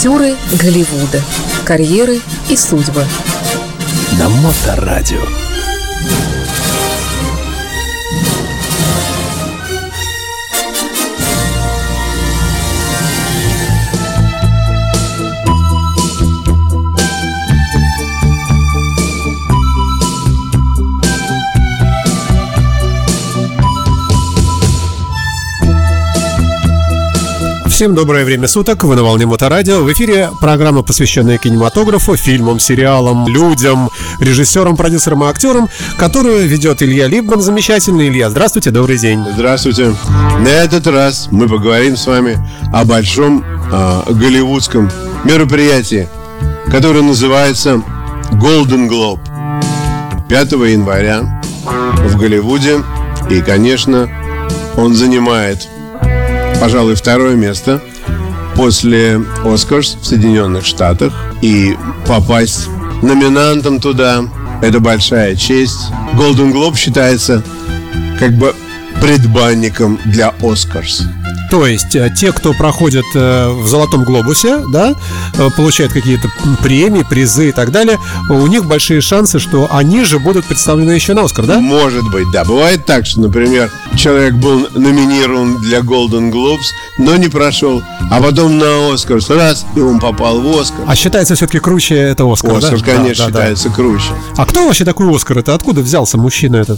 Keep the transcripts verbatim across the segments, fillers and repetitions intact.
Актеры Голливуда. Карьеры и судьбы. На Моторадио. Всем доброе время суток, вы на волне Моторадио. В эфире программа, посвященная кинематографу, фильмам, сериалам, людям, режиссерам, продюсерам и актерам, которую ведет Илья Либман. Замечательный Илья, здравствуйте, добрый день. Здравствуйте. На этот раз мы поговорим с вами о большом э, голливудском мероприятии, которое называется Golden Globe. пятого января в Голливуде. И, конечно, он занимает, пожалуй, второе место после «Оскарс» в Соединенных Штатах. И попасть номинантом туда – это большая честь. Golden Globe считается как бы предбанником для «Оскарс». То есть те, кто проходит в «Золотом глобусе», да, получают какие-то премии, призы и так далее, у них большие шансы, что они же будут представлены еще на «Оскар», да? Может быть, да. Бывает так, что, например, человек был номинирован для Golden Globes, но не прошел, а потом на «Оскар» раз, и он попал в «Оскар». А считается все-таки круче это «Оскар», «Оскар», да? конечно, да, да, считается да. круче. А кто вообще такой «Оскар»? Это откуда взялся мужчина этот?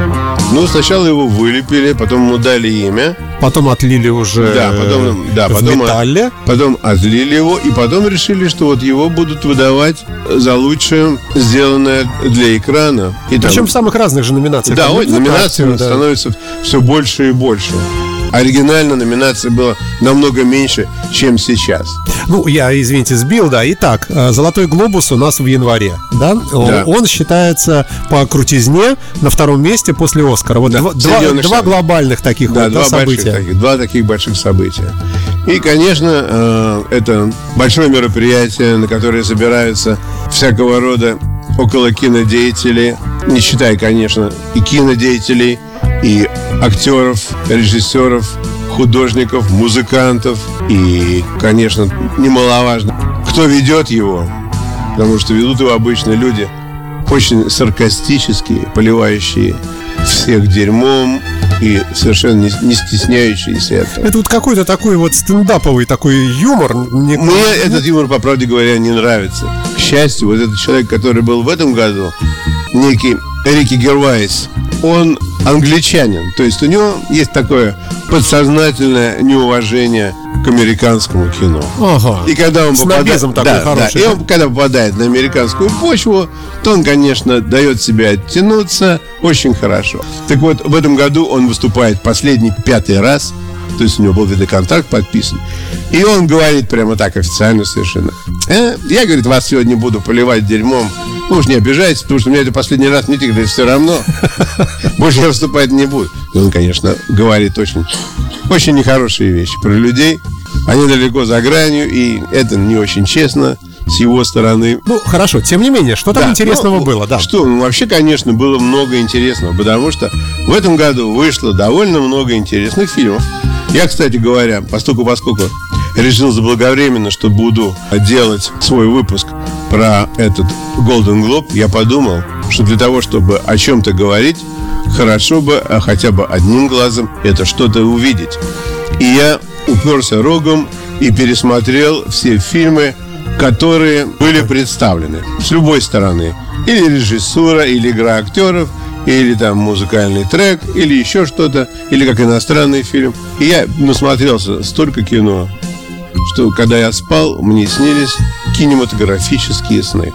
Ну, сначала его вылепили, потом ему дали имя. Потом отлили уже да, потом, да, в потом, металле. Потом отлили его, и потом решили, что вот его будут выдавать за лучшее, сделанное для экрана. И Причем там, в самых разных же номинациях. Да, вот, номинаций да. становится все больше и больше. Оригинально номинаций было намного меньше, чем сейчас. Ну, я, извините, сбил, да. Итак, «Золотой глобус» у нас в январе, да? да. Он считается по крутизне на втором месте после «Оскара». Вот да, два, два, два глобальных таких да, вот, два да, события. Таких, два таких больших события. И, конечно, это большое мероприятие, на которое собираются всякого рода около кинодеятелей, не считая, конечно, и кинодеятелей, и актеров, режиссеров, художников, музыкантов. И, конечно, немаловажно, кто ведет его, потому что ведут его обычно люди очень саркастические, поливающие всех дерьмом и совершенно не, не стесняющиеся этого. Это вот какой-то такой вот стендаповый такой юмор. Мне этот юмор, по правде говоря, не нравится. К счастью, вот этот человек, который был в этом году, некий Рики Гервайс, он англичанин. То есть у него есть такое подсознательное неуважение к американскому кино. Ага. И когда он попадает, такой да, хороший, да, и он, когда попадает на американскую почву, то он, конечно, дает себе оттянуться очень хорошо. Так вот, в этом году он выступает последний, пятый раз. То есть у него был видеоконтракт подписан. И он говорит прямо так официально совершенно: э, я, говорит, вас сегодня буду поливать дерьмом. Ну уж не обижайтесь, потому что у меня это последний раз, мне говорит, все равно. Больше я выступать не буду. И он, конечно, говорит очень, очень нехорошие вещи про людей. Они далеко за гранью, и это не очень честно с его стороны. Ну, хорошо, тем не менее, что там да, интересного ну, было, да? Что, ну, вообще, конечно, было много интересного, потому что в этом году вышло довольно много интересных фильмов. Я, кстати говоря, поскольку, поскольку решил заблаговременно, что буду делать свой выпуск про этот Golden Globe, я подумал, что для того, чтобы о чем-то говорить, хорошо бы а хотя бы одним глазом это что-то увидеть. И я уперся рогом и пересмотрел все фильмы, которые были представлены с любой стороны. Или режиссура, или игра актеров, или там музыкальный трек, или еще что-то, или как иностранный фильм. И я насмотрелся столько кино, что когда я спал, мне снились кинематографические сны.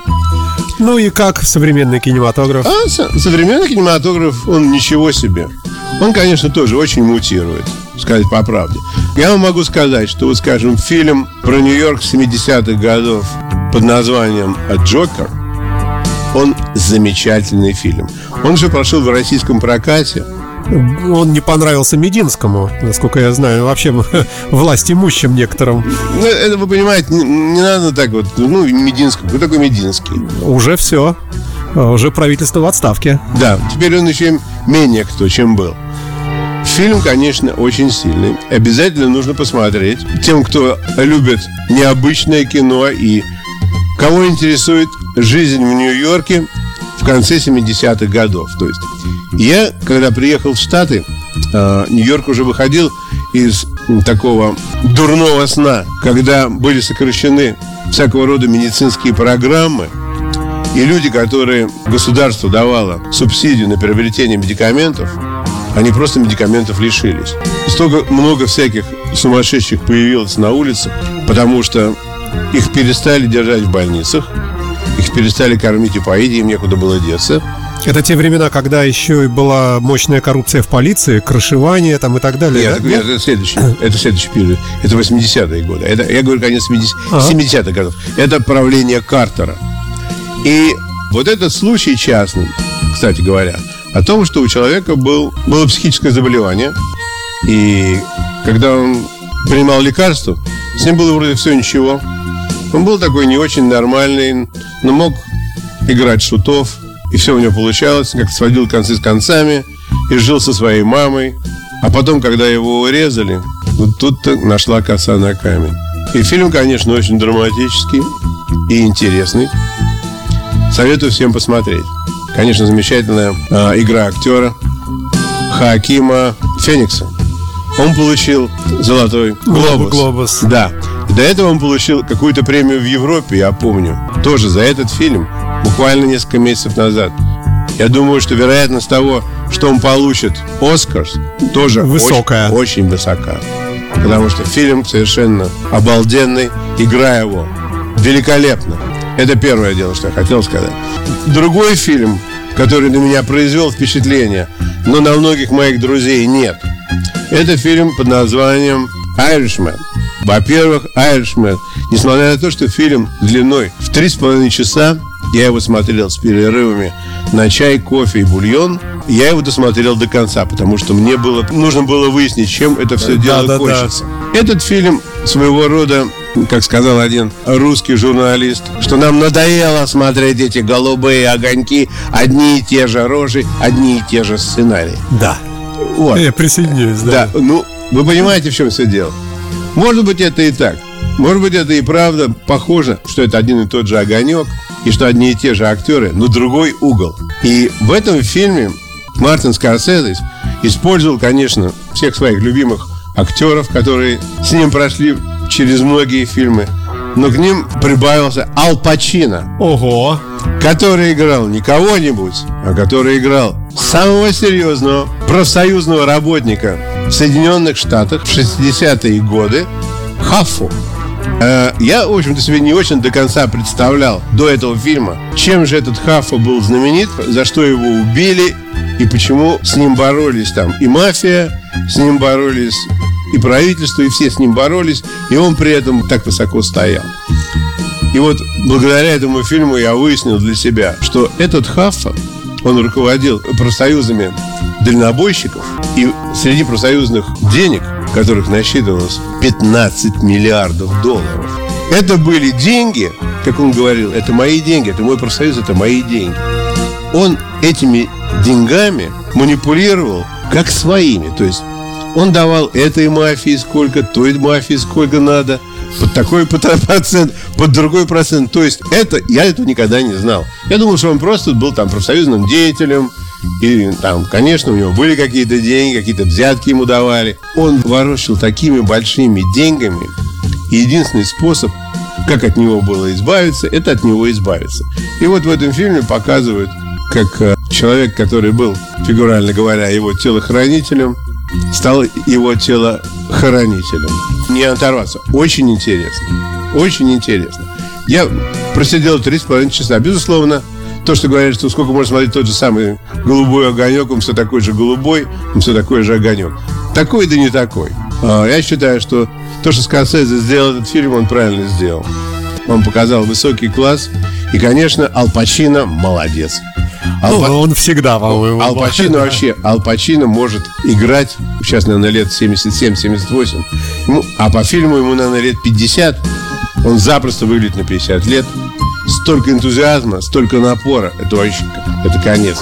Ну и как современный кинематограф? А со- современный кинематограф, он ничего себе. Он, конечно, тоже очень мутирует, сказать по правде. Я вам могу сказать, что, вот, скажем, фильм про Нью-Йорк семидесятых годов под названием «Джокер», он замечательный фильм. Он же прошел в российском прокате. Он не понравился Мединскому, насколько я знаю, вообще власть имущим некоторым. Ну, это, вы понимаете, не, не надо так вот. Ну, Мединский, кто такой Мединский? Уже все. Уже правительство в отставке. Да, теперь он еще менее кто, чем был. Фильм, конечно, очень сильный. Обязательно нужно посмотреть. Тем, кто любит необычное кино и кого интересует жизнь в Нью-Йорке в конце семидесятых годов. То есть я, когда приехал в Штаты, Нью-Йорк уже выходил из такого дурного сна, когда были сокращены всякого рода медицинские программы, и люди, которые государство давало субсидию на приобретение медикаментов, они просто медикаментов лишились. Столько много всяких сумасшедших появилось на улицах, потому что их перестали держать в больницах, их перестали кормить и поить, им некуда было деться. Это те времена, когда еще и была мощная коррупция в полиции, крышевание там и так далее. Нет, да? нет, это следующий, это следующий период. Это восьмидесятые годы. Это, я говорю, конец семидесятых годов. Это правление Картера. И вот этот случай частный, кстати говоря, о том, что у человека был, было психическое заболевание, и когда он принимал лекарства, с ним было вроде все ничего. Он был такой не очень нормальный, но мог играть шутов, и все у него получалось, как-то сводил концы с концами и жил со своей мамой. А потом, когда его урезали, вот тут-то нашла коса на камень. И фильм, конечно, очень драматический и интересный. Советую всем посмотреть. Конечно, замечательная э, игра актера Хоакима Феникса. Он получил золотой глобус. Глобус. Да. И до этого он получил какую-то премию в Европе, я помню. Тоже за этот фильм. Буквально несколько месяцев назад. Я думаю, что вероятность того, что он получит Оскар, тоже высокая. Очень, очень высока. Потому что фильм совершенно обалденный. Игра его великолепна. Это первое дело, что я хотел сказать. Другой фильм, который на меня произвел впечатление, но на многих моих друзей нет. Это фильм под названием «Irishman». Во-первых, «Irishman», несмотря на то, что фильм длиной в три с половиной часа, я его смотрел с перерывами на чай, кофе и бульон, я его досмотрел до конца, потому что мне было, нужно было выяснить, чем это все да, дело да, кончится. Да. Этот фильм своего рода, как сказал один русский журналист, что нам надоело смотреть эти голубые огоньки, одни и те же рожи, одни и те же сценарии. Да. Вот. Я присоединяюсь, да. Да, ну, вы понимаете, в чем все дело. Может быть, это и так. Может быть, это и правда похоже, что это один и тот же огонек, и что одни и те же актеры, но другой угол. И в этом фильме Мартин Скорсезе использовал, конечно, всех своих любимых актеров, которые с ним прошли через многие фильмы, но к ним прибавился Аль Пачино. Ого! Который играл не кого-нибудь, а который играл самого серьезного профсоюзного работника в Соединенных Штатах в шестидесятые годы Хаффу. Я, в общем-то, себе не очень до конца представлял до этого фильма, чем же этот Хаффа был знаменит, за что его убили и почему с ним боролись там и мафия, с ним боролись и правительство, и все с ним боролись, и он при этом так высоко стоял. И вот благодаря этому фильму я выяснил для себя, что этот Хаффа, он руководил профсоюзами дальнобойщиков, и среди профсоюзных денег, которых насчитывалось пятнадцать миллиардов долларов, это были деньги, как он говорил, это мои деньги, это мой профсоюз, это мои деньги. Он этими деньгами манипулировал как своими, то есть он давал этой мафии сколько, той мафии сколько надо, под такой процент, под другой процент. То есть это, я этого никогда не знал. Я думал, что он просто был там профсоюзным деятелем, и там, конечно, у него были какие-то деньги, какие-то взятки ему давали. Он ворочил такими большими деньгами, и единственный способ, как от него было избавиться, это от него избавиться. И вот в этом фильме показывают, как человек, который был, фигурально говоря, его телохранителем, стал его телохранителем. Не оторваться. Очень интересно. Очень интересно. Я просидел три с половиной часа. Безусловно, то, что говорят, что сколько можно смотреть тот же самый голубой огонек, он все такой же голубой, он все такой же огонек. Такой да не такой. Я считаю, что то, что Скорсезе сделал этот фильм, он правильно сделал. Он показал высокий класс. И, конечно, Аль Пачино молодец. Аль ну, Па... он всегда, по-моему. Аль Пачино вообще, Аль Пачино может играть, сейчас, наверное, лет семьдесят семь семьдесят восемь, ему, а по фильму ему, наверное, лет пятьдесят. Он запросто выглядит на пятьдесят лет. Столько энтузиазма, столько напора. Это вообще, это конец.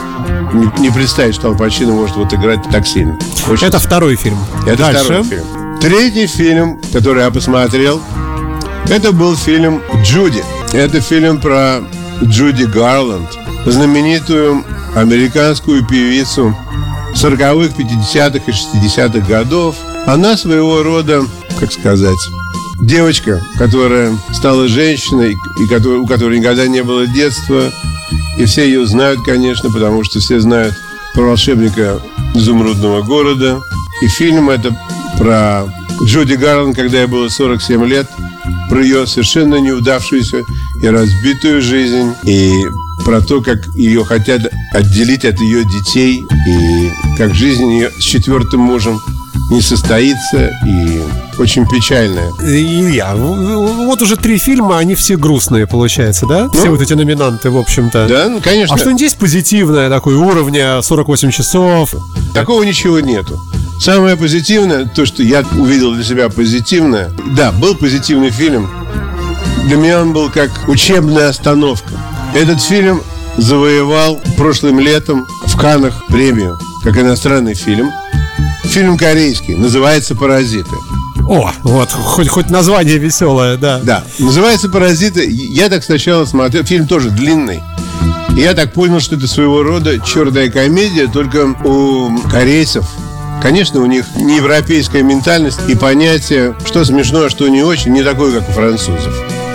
не, не представить, что Аль Пачино может вот играть так сильно. Очень Это сильно. второй фильм. Это Дальше. второй фильм. Третий фильм, который я посмотрел, это был фильм «Джуди». Это фильм про Джуди Гарланд, знаменитую американскую певицу сороковых, пятидесятых и шестидесятых годов. Она своего рода, как сказать, девочка, которая стала женщиной, и которой, у которой никогда не было детства. И все ее знают, конечно, потому что все знают про волшебника изумрудного города. И фильм это про Джуди Гарланд, когда ей было сорок семь лет, про ее совершенно неудавшуюся и разбитую жизнь, и про то, как ее хотят отделить от ее детей, и как жизнь ее с четвертым мужем не состоится, и очень печальная. Илья, вот уже три фильма, они все грустные, получается, да? Все Ну, вот эти номинанты, в общем-то. Да, ну, конечно. А что-нибудь есть позитивное, такое уровня сорок восемь часов? Такого ничего нету. Самое позитивное, то, что я увидел для себя позитивное, да, был позитивный фильм. Для меня он был как учебная остановка. Этот фильм завоевал прошлым летом в Каннах премию, как иностранный фильм. Фильм корейский, называется «Паразиты». О, вот, хоть, хоть название веселое, да. Да, называется «Паразиты». Я так сначала смотрел, фильм тоже длинный. И я так понял, что это своего рода черная комедия, только у корейцев, конечно, у них не европейская ментальность и понятие, что смешно, а что не очень, не такое, как у французов.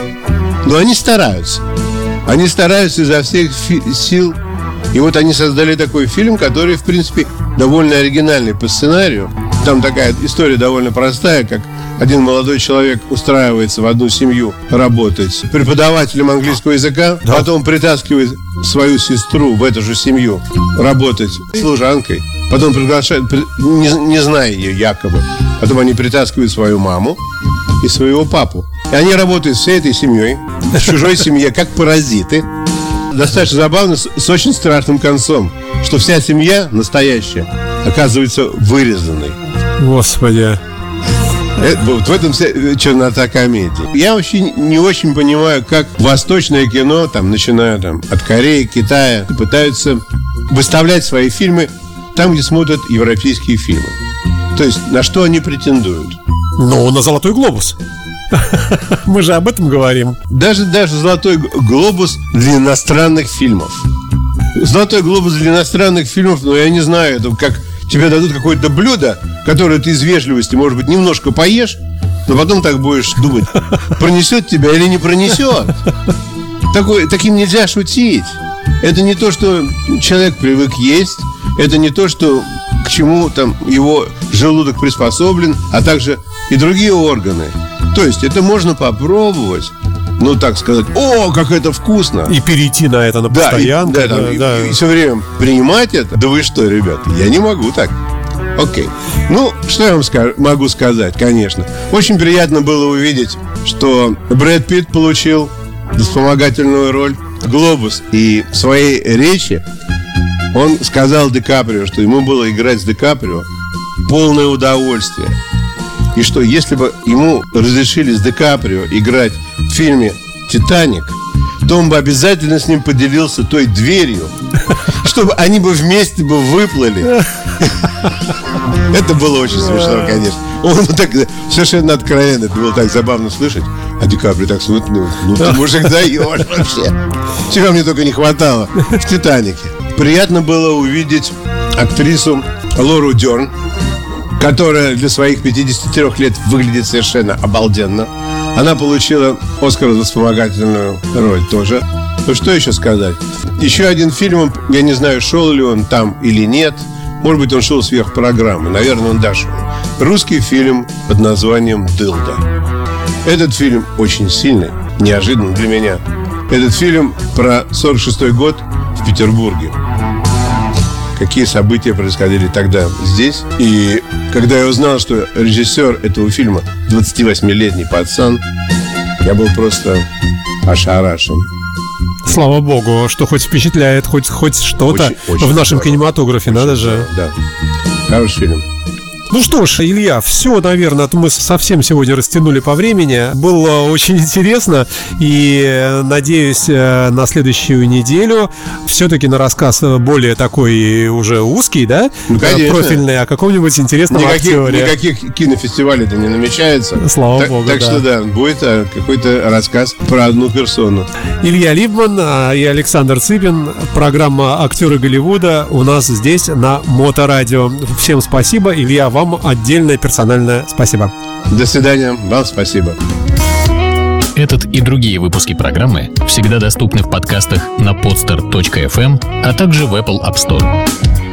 Но они стараются. Они стараются изо всех фи- сил. И вот они создали такой фильм, который, в принципе, довольно оригинальный по сценарию. Там такая история довольно простая, как один молодой человек устраивается в одну семью работать преподавателем английского языка, Да. потом притаскивает свою сестру в эту же семью работать служанкой, потом приглашает, при- не, не зная ее якобы, потом они притаскивают свою маму и своего папу. И они работают всей этой семьей, в чужой семье, как паразиты. Достаточно забавно, с, с очень страшным концом, что вся семья настоящая оказывается вырезанной. Господи. Это, вот в этом вся чернота комедии. Я вообще не очень понимаю, как восточное кино, там, начиная там, от Кореи, Китая, пытаются выставлять свои фильмы там, где смотрят европейские фильмы. То есть, на что они претендуют. Ну, на «Золотой глобус». Мы же об этом говорим. Даже, даже «Золотой глобус» для иностранных фильмов. «Золотой глобус» для иностранных фильмов, ну, я не знаю, это как тебе дадут какое-то блюдо, которое ты из вежливости, может быть, немножко поешь, но потом так будешь думать, пронесет тебя или не пронесет. Такой, таким нельзя шутить. Это не то, что человек привык есть, это не то, что к чему там его желудок приспособлен, а также и другие органы. То есть это можно попробовать, ну, так сказать, о, как это вкусно. И перейти на это на Да, и, постоянку. да, там, и- да. и все время принимать это. Да вы что, ребята, я не могу так. Окей. Ну, что я вам ска- могу сказать, конечно. Очень приятно было увидеть, что Брэд Питт получил вспомогательную роль «Глобус». И в своей речи он сказал Ди Каприо, что ему было играть с Ди Каприо полное удовольствие. И что если бы ему разрешили с Ди Каприо играть в фильме «Титаник», то он бы обязательно с ним поделился той дверью, чтобы они бы вместе бы выплыли. Это было очень смешно, конечно. Он так совершенно откровенно, это было так забавно слышать. А Ди Каприо так смотрит, ну, ну ты мужик даешь вообще. Чего мне только не хватало в «Титанике». Приятно было увидеть актрису Лору Дерн, которая для своих пятидесяти трёх лет выглядит совершенно обалденно. Она получила Оскар за вспомогательную роль тоже. Ну, что еще сказать? Еще один фильм, я не знаю, шел ли он там или нет. Может быть, он шел сверх программы. Наверное, он дошел. Русский фильм под названием «Дылда». Этот фильм очень сильный, неожиданно для меня. Этот фильм про сорок шестой год в Петербурге. Какие события происходили тогда здесь. И когда я узнал, что режиссер этого фильма двадцативосьмилетний пацан, я был просто ошарашен. Слава богу, что хоть впечатляет, хоть, хоть что-то Очень, очень в нашем здорово. кинематографе, Очень надо же. здорово, да. Хороший фильм. Ну что ж, Илья, все, наверное, мы совсем сегодня растянули по времени. Было очень интересно. И надеюсь, на следующую неделю все-таки на рассказ более такой уже узкий, да? Ну, конечно. Профильный, о каком-нибудь интересном никаких, актере. Никаких кинофестивалей-то не намечается. Слава так, богу, Так да. что да, будет какой-то рассказ про одну персону. Илья Либман и Александр Цыпин. Программа «Актеры Голливуда» у нас здесь на Моторадио. Всем спасибо. Илья, вам отдельное персональное спасибо. До свидания. Вам спасибо. Этот и другие выпуски программы всегда доступны в подкастах на podster точка эф эм, а также в Apple App Store.